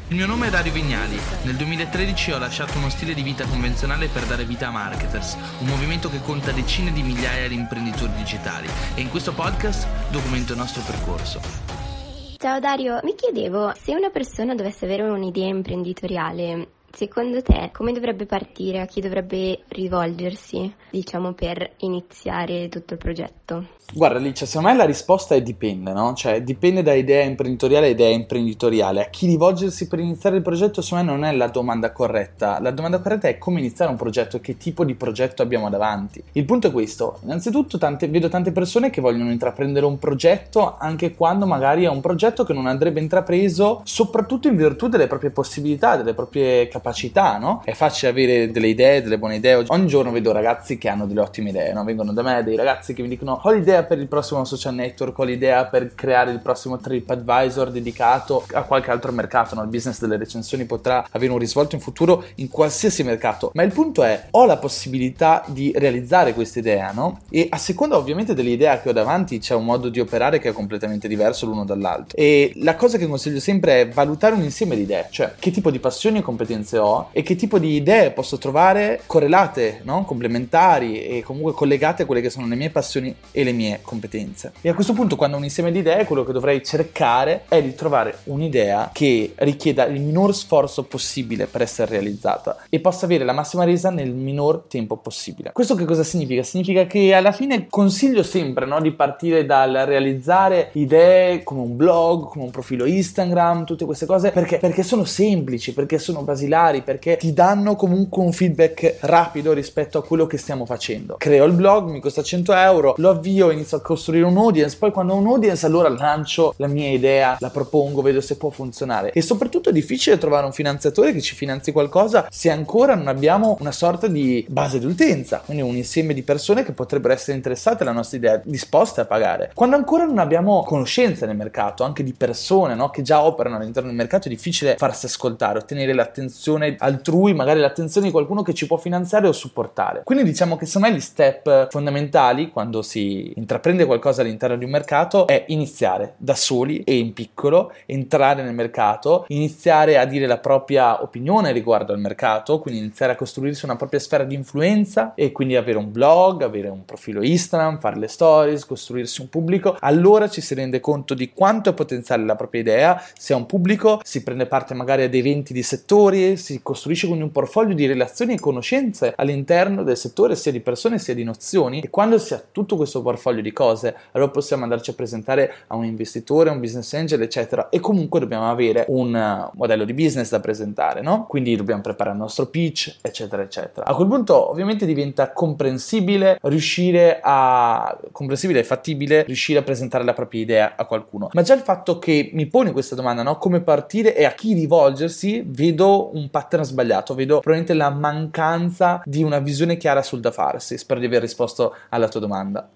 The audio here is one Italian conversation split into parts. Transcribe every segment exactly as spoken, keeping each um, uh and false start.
Il mio nome è Dario Vignali. Nel duemilatredici ho lasciato uno stile di vita convenzionale per dare vita a Marketers, un movimento che conta decine di migliaia di imprenditori digitali, e in questo podcast documento il nostro percorso. Ciao Dario, mi chiedevo, se una persona dovesse avere un'idea imprenditoriale, secondo te come dovrebbe partire, a chi dovrebbe rivolgersi, diciamo, per iniziare tutto il progetto? Guarda Alicia, secondo me la risposta è dipende, no? Cioè dipende da idea imprenditoriale a idea imprenditoriale. A chi rivolgersi per iniziare il progetto secondo me non è la domanda corretta. La domanda corretta è come iniziare un progetto e che tipo di progetto abbiamo davanti. Il punto è questo: innanzitutto tante, vedo tante persone che vogliono intraprendere un progetto anche quando magari è un progetto che non andrebbe intrapreso, soprattutto in virtù delle proprie possibilità, delle proprie capacità, no? È facile avere delle idee, delle buone idee. Ogni giorno vedo ragazzi che hanno delle ottime idee, no? Vengono da me dei ragazzi che mi dicono: ho l'idea per il prossimo social network, ho l'idea per creare il prossimo TripAdvisor dedicato a qualche altro mercato, no? Il business delle recensioni potrà avere un risvolto in futuro in qualsiasi mercato, ma il punto è: ho la possibilità di realizzare questa idea, no? E a seconda ovviamente dell'idea che ho davanti c'è un modo di operare che è completamente diverso l'uno dall'altro, e la cosa che consiglio sempre è valutare un insieme di idee, cioè che tipo di passioni e competenze ho e che tipo di idee posso trovare correlate, no? Complementari e comunque collegate a quelle che sono le mie passioni e le mie competenze. E a questo punto, quando ho un insieme di idee, quello che dovrei cercare è di trovare un'idea che richieda il minor sforzo possibile per essere realizzata e possa avere la massima resa nel minor tempo possibile. Questo che cosa significa? Significa che alla fine consiglio sempre, no, di partire dal realizzare idee come un blog, come un profilo Instagram, tutte queste cose, perché, perché sono semplici, perché sono basilari, perché ti danno comunque un feedback rapido rispetto a quello che stiamo facendo. Creo il blog, mi costa cento euro, lo avvio, inizio a costruire un audience, poi quando ho un audience allora lancio la mia idea, la propongo, vedo se può funzionare. E soprattutto è difficile trovare un finanziatore che ci finanzi qualcosa se ancora non abbiamo una sorta di base di utenza, quindi un insieme di persone che potrebbero essere interessate alla nostra idea, disposte a pagare. Quando ancora non abbiamo conoscenza nel mercato, anche di persone, no, che già operano all'interno del mercato, è difficile farsi ascoltare, ottenere l'attenzione altrui, magari l'attenzione di qualcuno che ci può finanziare o supportare. Quindi diciamo che secondo me gli step fondamentali quando si intraprende qualcosa all'interno di un mercato è iniziare da soli e in piccolo, entrare nel mercato, iniziare a dire la propria opinione riguardo al mercato, quindi iniziare a costruirsi una propria sfera di influenza e quindi avere un blog, avere un profilo Instagram, fare le stories, costruirsi un pubblico. Allora ci si rende conto di quanto è potenziale la propria idea, si ha un pubblico, si prende parte magari ad eventi di settori, si costruisce quindi un portfolio di relazioni e conoscenze all'interno del settore, sia di persone sia di nozioni, e quando si ha tutto questo portfolio di cose, allora possiamo andarci a presentare a un investitore, a un business angel, eccetera, e comunque dobbiamo avere un uh, modello di business da presentare, no? Quindi dobbiamo preparare il nostro pitch, eccetera, eccetera. A quel punto ovviamente diventa comprensibile riuscire a comprensibile e fattibile riuscire a presentare la propria idea a qualcuno. Ma già il fatto che mi poni questa domanda, no? Come partire e a chi rivolgersi, vedo un pattern sbagliato, vedo probabilmente la mancanza di una visione chiara sul da farsi. Spero di aver risposto alla tua domanda.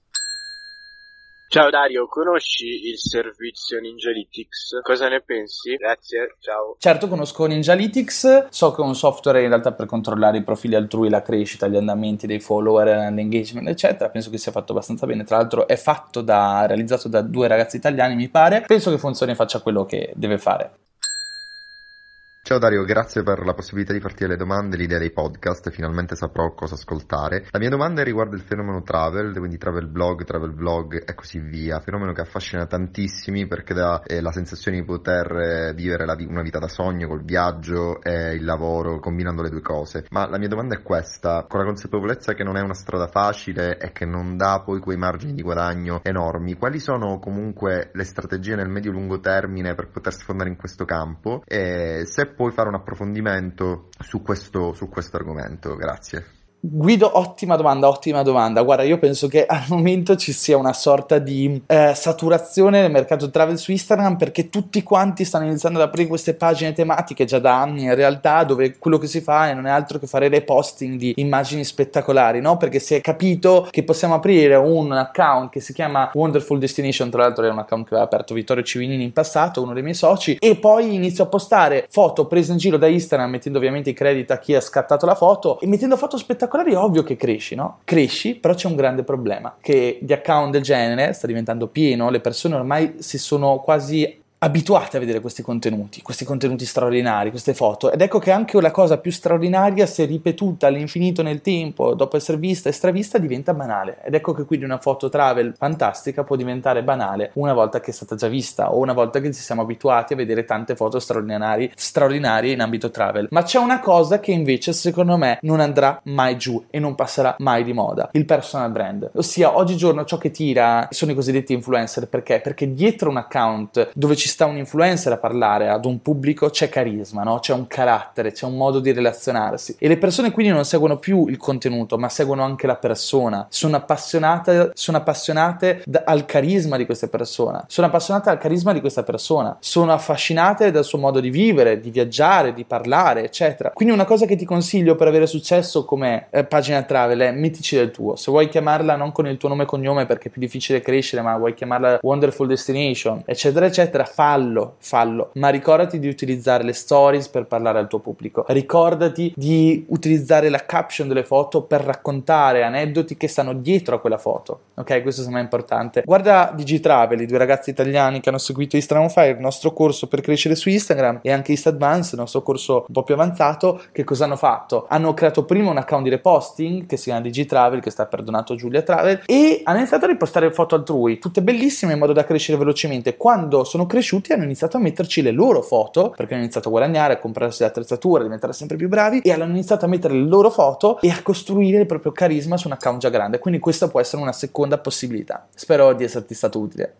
Ciao Dario, conosci il servizio Ninjalytics? Cosa ne pensi? Grazie, ciao. Certo, conosco Ninjalytics, so che è un software in realtà per controllare i profili altrui, la crescita, gli andamenti dei follower, l'engagement, eccetera. Penso che sia fatto abbastanza bene, tra l'altro è fatto da, realizzato da due ragazzi italiani, mi pare. Penso che funzioni e faccia quello che deve fare. Ciao Dario, grazie per la possibilità di farti le domande, l'idea dei podcast, finalmente saprò cosa ascoltare. La mia domanda riguarda il fenomeno travel, quindi travel blog, travel vlog e così via, fenomeno che affascina tantissimi perché dà eh, la sensazione di poter eh, vivere la vi- una vita da sogno col viaggio e il lavoro, combinando le due cose. Ma la mia domanda è questa: con la consapevolezza che non è una strada facile e che non dà poi quei margini di guadagno enormi, quali sono comunque le strategie nel medio-lungo termine per poter sfondare in questo campo? E se puoi fare un approfondimento su questo, su questo argomento, grazie. Guido, ottima domanda, ottima domanda. Guarda, io penso che al momento ci sia una sorta di eh, saturazione nel mercato travel su Instagram, perché tutti quanti stanno iniziando ad aprire queste pagine tematiche già da anni, in realtà, dove quello che si fa non è altro che fare reposting di immagini spettacolari, no? Perché si è capito che possiamo aprire un account che si chiama Wonderful Destination, tra l'altro è un account che aveva aperto Vittorio Civinini in passato, uno dei miei soci, e poi inizio a postare foto prese in giro da Instagram, mettendo ovviamente i credit a chi ha scattato la foto, e mettendo foto spettacolari. È ovvio che cresci, no? Cresci, però c'è un grande problema, che di account del genere sta diventando pieno, le persone ormai si sono quasi abituati a vedere questi contenuti, questi contenuti straordinari, queste foto, ed ecco che anche la cosa più straordinaria, se ripetuta all'infinito nel tempo, dopo essere vista e stravista, diventa banale, ed ecco che quindi una foto travel fantastica può diventare banale una volta che è stata già vista o una volta che ci siamo abituati a vedere tante foto straordinarie, straordinarie in ambito travel. Ma c'è una cosa che invece secondo me non andrà mai giù e non passerà mai di moda: il personal brand. Ossia, oggigiorno ciò che tira sono i cosiddetti influencer. Perché? Perché dietro un account dove ci sta un influencer a parlare ad un pubblico c'è carisma, no? C'è un carattere, c'è un modo di relazionarsi, e le persone quindi non seguono più il contenuto ma seguono anche la persona, sono appassionate sono appassionate da, al carisma di questa persona sono appassionate al carisma di questa persona sono affascinate dal suo modo di vivere, di viaggiare, di parlare, eccetera. Quindi una cosa che ti consiglio per avere successo come eh, pagina travel è: mettici del tuo. Se vuoi chiamarla non con il tuo nome e cognome perché è più difficile crescere, ma vuoi chiamarla Wonderful Destination, eccetera eccetera, fallo, fallo, ma ricordati di utilizzare le stories per parlare al tuo pubblico, ricordati di utilizzare la caption delle foto per raccontare aneddoti che stanno dietro a quella foto, ok? Questo secondo me è importante. Guarda Digitravel, i due ragazzi italiani che hanno seguito Instagram Fire, il nostro corso per crescere su Instagram, e anche Insta Advance, il nostro corso un po' più avanzato. Che cosa hanno fatto? Hanno creato prima un account di reposting che si chiama Digitravel, che sta per Donato Giulia Travel, e hanno iniziato a ripostare foto altrui, tutte bellissime, in modo da crescere velocemente. Quando sono cresciuti hanno iniziato a metterci le loro foto, perché hanno iniziato a guadagnare, a comprarsi l'attrezzatura, a diventare sempre più bravi, e hanno iniziato a mettere le loro foto e a costruire il proprio carisma su un account già grande. Quindi questa può essere una seconda possibilità. Spero di esserti stato utile.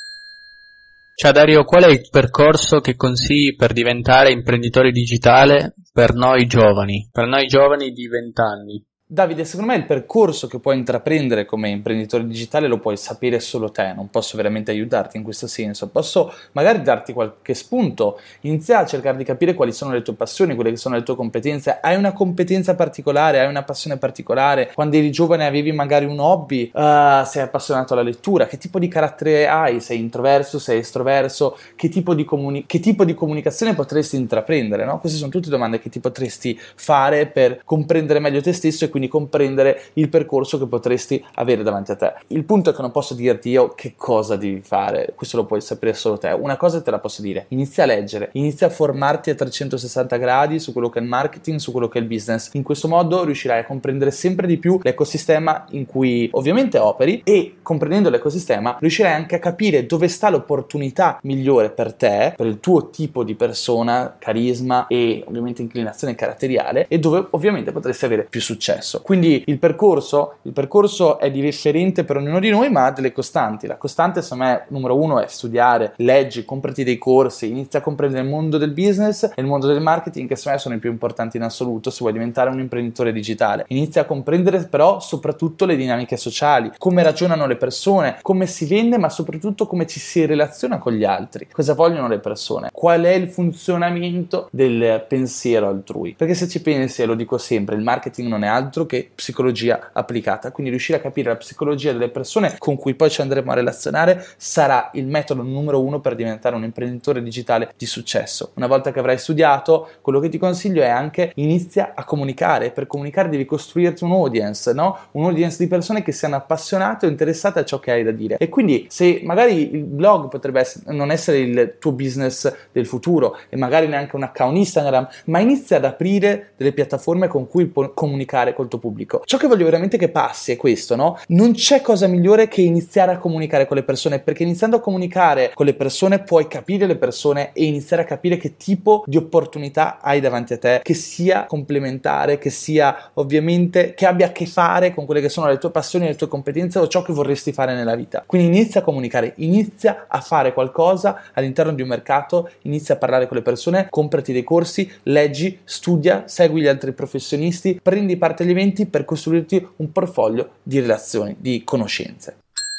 Ciao Dario, qual è il percorso che consigli per diventare imprenditore digitale per noi giovani, per noi giovani di venti anni? Davide, secondo me il percorso che puoi intraprendere come imprenditore digitale lo puoi sapere solo te, non posso veramente aiutarti in questo senso. Posso magari darti qualche spunto, inizia a cercare di capire quali sono le tue passioni, quelle che sono le tue competenze. Hai una competenza particolare, hai una passione particolare? Quando eri giovane avevi magari un hobby, uh, sei appassionato alla lettura, che tipo di carattere hai? Sei introverso, sei estroverso? Che tipo di, comuni- che tipo di comunicazione potresti intraprendere, no? Queste sono tutte domande che ti potresti fare per comprendere meglio te stesso e quindi comprendere il percorso che potresti avere davanti a te. Il punto è che non posso dirti io che cosa devi fare, questo lo puoi sapere solo te. Una cosa te la posso dire: inizia a leggere, inizia a formarti a trecentosessanta gradi su quello che è il marketing, su quello che è il business. In questo modo riuscirai a comprendere sempre di più l'ecosistema in cui ovviamente operi, e comprendendo l'ecosistema riuscirai anche a capire dove sta l'opportunità migliore per te, per il tuo tipo di persona, carisma e ovviamente inclinazione caratteriale, e dove ovviamente potresti avere più successo. Quindi il percorso, il percorso è differente per ognuno di noi, ma ha delle costanti. La costante, secondo me, numero uno è studiare, leggi, comprati dei corsi, inizia a comprendere il mondo del business e il mondo del marketing, che secondo me sono i più importanti in assoluto se vuoi diventare un imprenditore digitale. Inizia a comprendere però soprattutto le dinamiche sociali, come ragionano le persone, come si vende, ma soprattutto come ci si relaziona con gli altri, cosa vogliono le persone, qual è il funzionamento del pensiero altrui. Perché se ci pensi, e lo dico sempre, il marketing non è altro che psicologia applicata, quindi riuscire a capire la psicologia delle persone con cui poi ci andremo a relazionare sarà il metodo numero uno per diventare un imprenditore digitale di successo. Una volta che avrai studiato, quello che ti consiglio è anche inizia a comunicare. Per comunicare devi costruirti un audience, no? Un audience di persone che siano appassionate o interessate a ciò che hai da dire. E quindi se magari il blog potrebbe essere, non essere il tuo business del futuro e magari neanche un account Instagram, ma inizia ad aprire delle piattaforme con cui puoi comunicare col tuo pubblico. Ciò che voglio veramente che passi è questo, no? Non c'è cosa migliore che iniziare a comunicare con le persone, perché iniziando a comunicare con le persone puoi capire le persone e iniziare a capire che tipo di opportunità hai davanti a te, che sia complementare, che sia ovviamente che abbia a che fare con quelle che sono le tue passioni, le tue competenze o ciò che vorresti fare nella vita. Quindi inizia a comunicare, inizia a fare qualcosa all'interno di un mercato, inizia a parlare con le persone, comprati dei corsi, leggi, studia, segui gli altri professionisti, prendi parte agli eventi per costruirti un portfolio di relazioni, di conoscenze.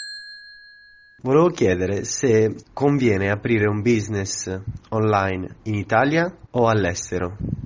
Volevo chiedere se conviene aprire un business online in Italia o all'estero.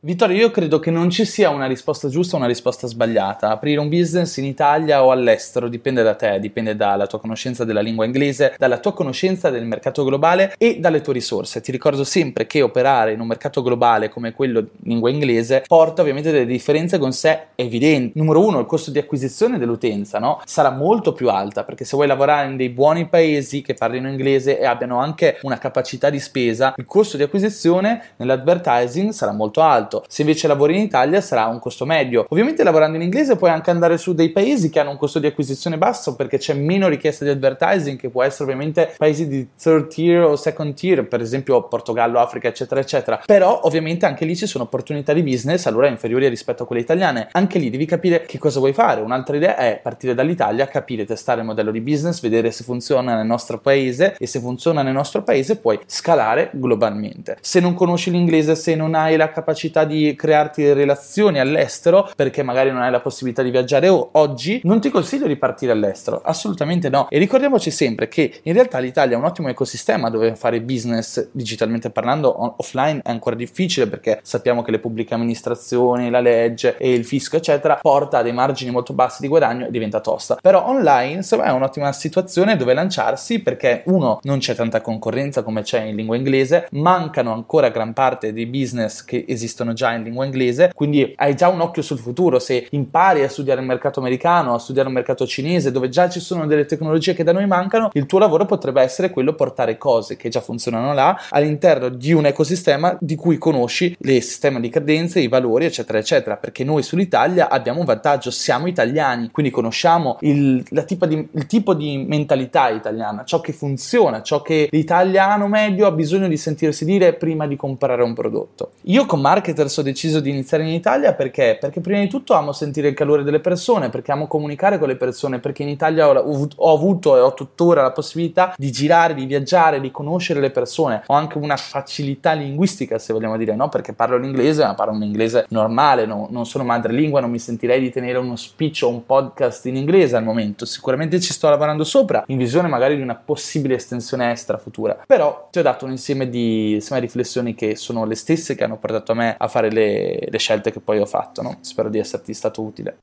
Vittorio, io credo che non ci sia una risposta giusta o una risposta sbagliata. Aprire un business in Italia o all'estero dipende da te, dipende dalla tua conoscenza della lingua inglese, dalla tua conoscenza del mercato globale e dalle tue risorse. Ti ricordo sempre che operare in un mercato globale come quello in lingua inglese porta ovviamente delle differenze con sé evidenti. Numero uno, il costo di acquisizione dell'utenza, no? Sarà molto più alta, perché se vuoi lavorare in dei buoni paesi che parlino inglese e abbiano anche una capacità di spesa, il costo di acquisizione nell'advertising sarà molto alto. Se invece lavori in Italia sarà un costo medio. Ovviamente lavorando in inglese puoi anche andare su dei paesi che hanno un costo di acquisizione basso, perché c'è meno richiesta di advertising, che può essere ovviamente paesi di third tier o second tier, per esempio Portogallo, Africa, eccetera eccetera. Però ovviamente anche lì ci sono opportunità di business allora inferiori rispetto a quelle italiane. Anche lì devi capire che cosa vuoi fare. Un'altra idea è partire dall'Italia, capire, testare il modello di business, vedere se funziona nel nostro paese, e se funziona nel nostro paese puoi scalare globalmente. Se non conosci l'inglese, se non hai la capacità di crearti relazioni all'estero, perché magari non hai la possibilità di viaggiare o oggi, non ti consiglio di partire all'estero, assolutamente no. E ricordiamoci sempre che in realtà l'Italia è un ottimo ecosistema dove fare business digitalmente parlando. Offline è ancora difficile, perché sappiamo che le pubbliche amministrazioni, la legge e il fisco eccetera porta a dei margini molto bassi di guadagno e diventa tosta. Però online insomma, è un'ottima situazione dove lanciarsi, perché uno, non c'è tanta concorrenza come c'è in lingua inglese, mancano ancora gran parte dei business che esistono già in lingua inglese, quindi hai già un occhio sul futuro. Se impari a studiare il mercato americano, a studiare il mercato cinese, dove già ci sono delle tecnologie che da noi mancano, il tuo lavoro potrebbe essere quello portare cose che già funzionano là all'interno di un ecosistema di cui conosci le sistemi di cadenze, i valori eccetera eccetera, perché noi sull'Italia abbiamo un vantaggio, siamo italiani, quindi conosciamo il, la tipo di, il tipo di mentalità italiana, ciò che funziona, ciò che l'italiano medio ha bisogno di sentirsi dire prima di comprare un prodotto. Io con Marketer ho deciso di iniziare in Italia perché? Perché prima di tutto amo sentire il calore delle persone, perché amo comunicare con le persone, perché in Italia ho, ho avuto e ho tuttora la possibilità di girare, di viaggiare, di conoscere le persone. Ho anche una facilità linguistica, se vogliamo dire, no? Perché parlo l'inglese, ma parlo un inglese normale, no? Non sono madrelingua, non mi sentirei di tenere uno speech o un podcast in inglese al momento. Sicuramente ci sto lavorando sopra, in visione magari di una possibile estensione extra futura. Però ti ho dato un insieme di insomma, riflessioni che sono le stesse che hanno portato a me a fare le, le scelte che poi ho fatto, no? Spero di esserti stato utile.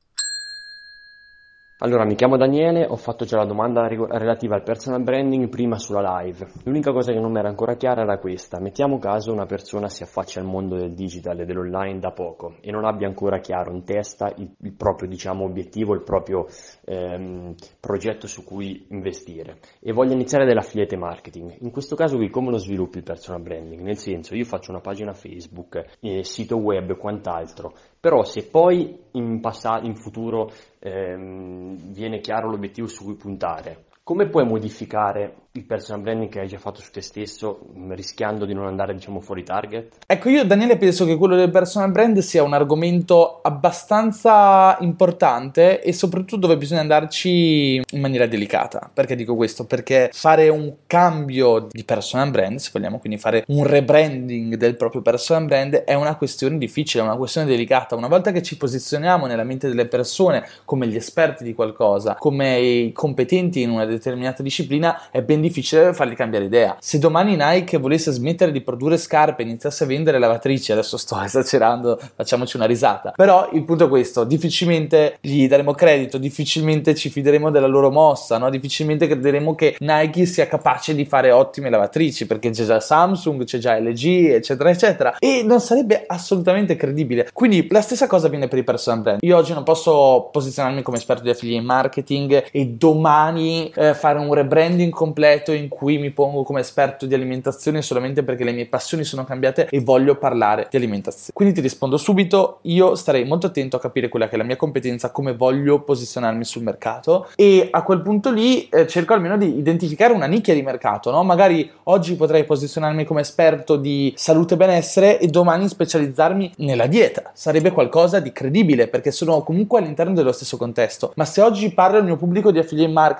Allora, mi chiamo Daniele, ho fatto già la domanda relativa al personal branding prima sulla live. L'unica cosa che non mi era ancora chiara era questa: mettiamo caso una persona si affaccia al mondo del digital e dell'online da poco e non abbia ancora chiaro in testa il, il proprio, diciamo, obiettivo, il proprio ehm, progetto su cui investire e voglia iniziare dell'affiliate marketing. In questo caso qui come lo sviluppi il personal branding? Nel senso, io faccio una pagina Facebook, eh, sito web e quant'altro, però se poi in passato, in futuro ehm, viene chiaro l'obiettivo su cui puntare, come puoi modificare il personal branding che hai già fatto su te stesso, rischiando di non andare, diciamo, fuori target? Ecco, io Daniele penso che quello del personal brand sia un argomento abbastanza importante e soprattutto dove bisogna andarci in maniera delicata. Perché dico questo? Perché fare un cambio di personal brand, se vogliamo, quindi fare un rebranding del proprio personal brand, è una questione difficile, è una questione delicata. Una volta che ci posizioniamo nella mente delle persone come gli esperti di qualcosa, come i competenti in una determinata disciplina, è ben difficile fargli cambiare idea. Se domani Nike volesse smettere di produrre scarpe e iniziasse a vendere lavatrici, adesso sto esagerando, facciamoci una risata, però il punto è questo: difficilmente gli daremo credito, difficilmente ci fideremo della loro mossa, no? Difficilmente crederemo che Nike sia capace di fare ottime lavatrici, perché c'è già Samsung, c'è già L G, eccetera eccetera, e non sarebbe assolutamente credibile. Quindi la stessa cosa avviene per i personal brand. Io oggi non posso posizionarmi come esperto di affiliate marketing e domani eh, fare un rebranding completo in cui mi pongo come esperto di alimentazione solamente perché le mie passioni sono cambiate e voglio parlare di alimentazione. Quindi ti rispondo subito: io starei molto attento a capire quella che è la mia competenza, come voglio posizionarmi sul mercato, e a quel punto lì eh, cerco almeno di identificare una nicchia di mercato, no? Magari oggi potrei posizionarmi come esperto di salute e benessere e domani specializzarmi nella dieta. Sarebbe qualcosa di credibile perché sono comunque all'interno dello stesso contesto. Ma se oggi parlo al mio pubblico di affiliate marketing, mi costruisco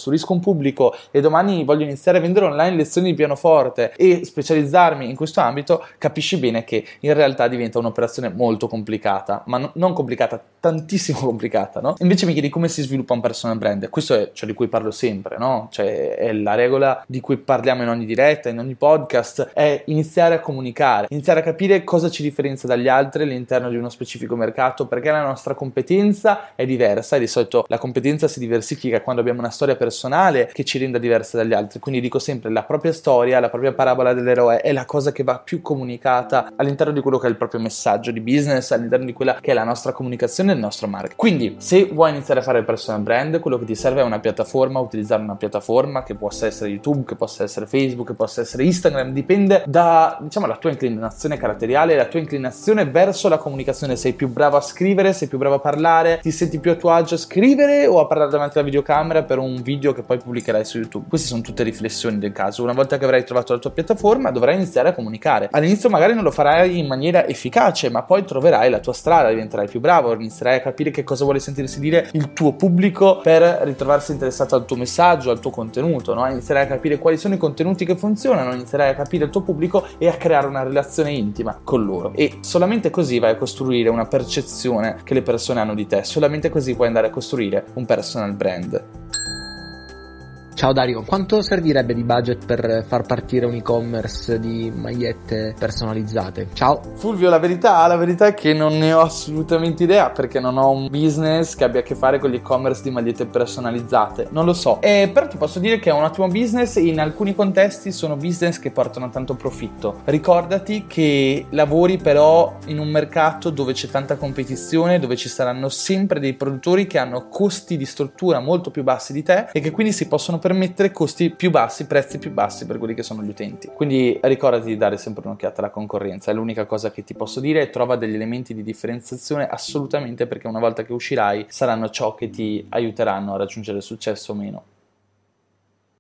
costruisco un pubblico e domani voglio iniziare a vendere online lezioni di pianoforte e specializzarmi in questo ambito, capisci bene che in realtà diventa un'operazione molto complicata, ma no, non complicata, tantissimo complicata, no? Invece mi chiedi come si sviluppa un personal brand. Questo è ciò di cui parlo sempre, no? Cioè è la regola di cui parliamo in ogni diretta, in ogni podcast, è iniziare a comunicare, iniziare a capire cosa ci differenzia dagli altri all'interno di uno specifico mercato, perché la nostra competenza è diversa e di solito la competenza si diversifica quando abbiamo una storia personale che ci renda diversa dagli altri. Quindi dico sempre, la propria storia, la propria parabola dell'eroe è la cosa che va più comunicata all'interno di quello che è il proprio messaggio di business, all'interno di quella che è la nostra comunicazione e il nostro marketing. Quindi se vuoi iniziare a fare il personal brand, quello che ti serve è una piattaforma, utilizzare una piattaforma che possa essere YouTube, che possa essere Facebook, che possa essere Instagram, dipende da, diciamo, la tua inclinazione caratteriale, la tua inclinazione verso la comunicazione. Sei più bravo a scrivere, sei più bravo a parlare, ti senti più a tuo agio a scrivere o a parlare davanti alla videocamera per un video che poi pubblicherai su YouTube? Queste sono tutte riflessioni del caso. Una volta che avrai trovato la tua piattaforma dovrai iniziare a comunicare. All'inizio magari non lo farai in maniera efficace, ma poi troverai la tua strada, diventerai più bravo, inizierai a capire che cosa vuole sentirsi dire il tuo pubblico per ritrovarsi interessato al tuo messaggio, al tuo contenuto, no? Inizierai a capire quali sono i contenuti che funzionano, inizierai a capire il tuo pubblico e a creare una relazione intima con loro, e solamente così vai a costruire una percezione che le persone hanno di te, solamente così puoi andare a costruire un personal brand. Ciao Dario, quanto servirebbe di budget per far partire un e-commerce di magliette personalizzate? Ciao. Fulvio, la verità, la verità è che non ne ho assolutamente idea, perché non ho un business che abbia a che fare con gli e-commerce di magliette personalizzate, non lo so. Eh, però ti posso dire che è un ottimo business, e in alcuni contesti sono business che portano tanto profitto. Ricordati che lavori però in un mercato dove c'è tanta competizione, dove ci saranno sempre dei produttori che hanno costi di struttura molto più bassi di te e che quindi si possono permettere costi più bassi, prezzi più bassi per quelli che sono gli utenti. Quindi ricordati di dare sempre un'occhiata alla concorrenza. È l'unica cosa che ti posso dire, e trova degli elementi di differenziazione assolutamente, perché una volta che uscirai saranno ciò che ti aiuteranno a raggiungere il successo o meno.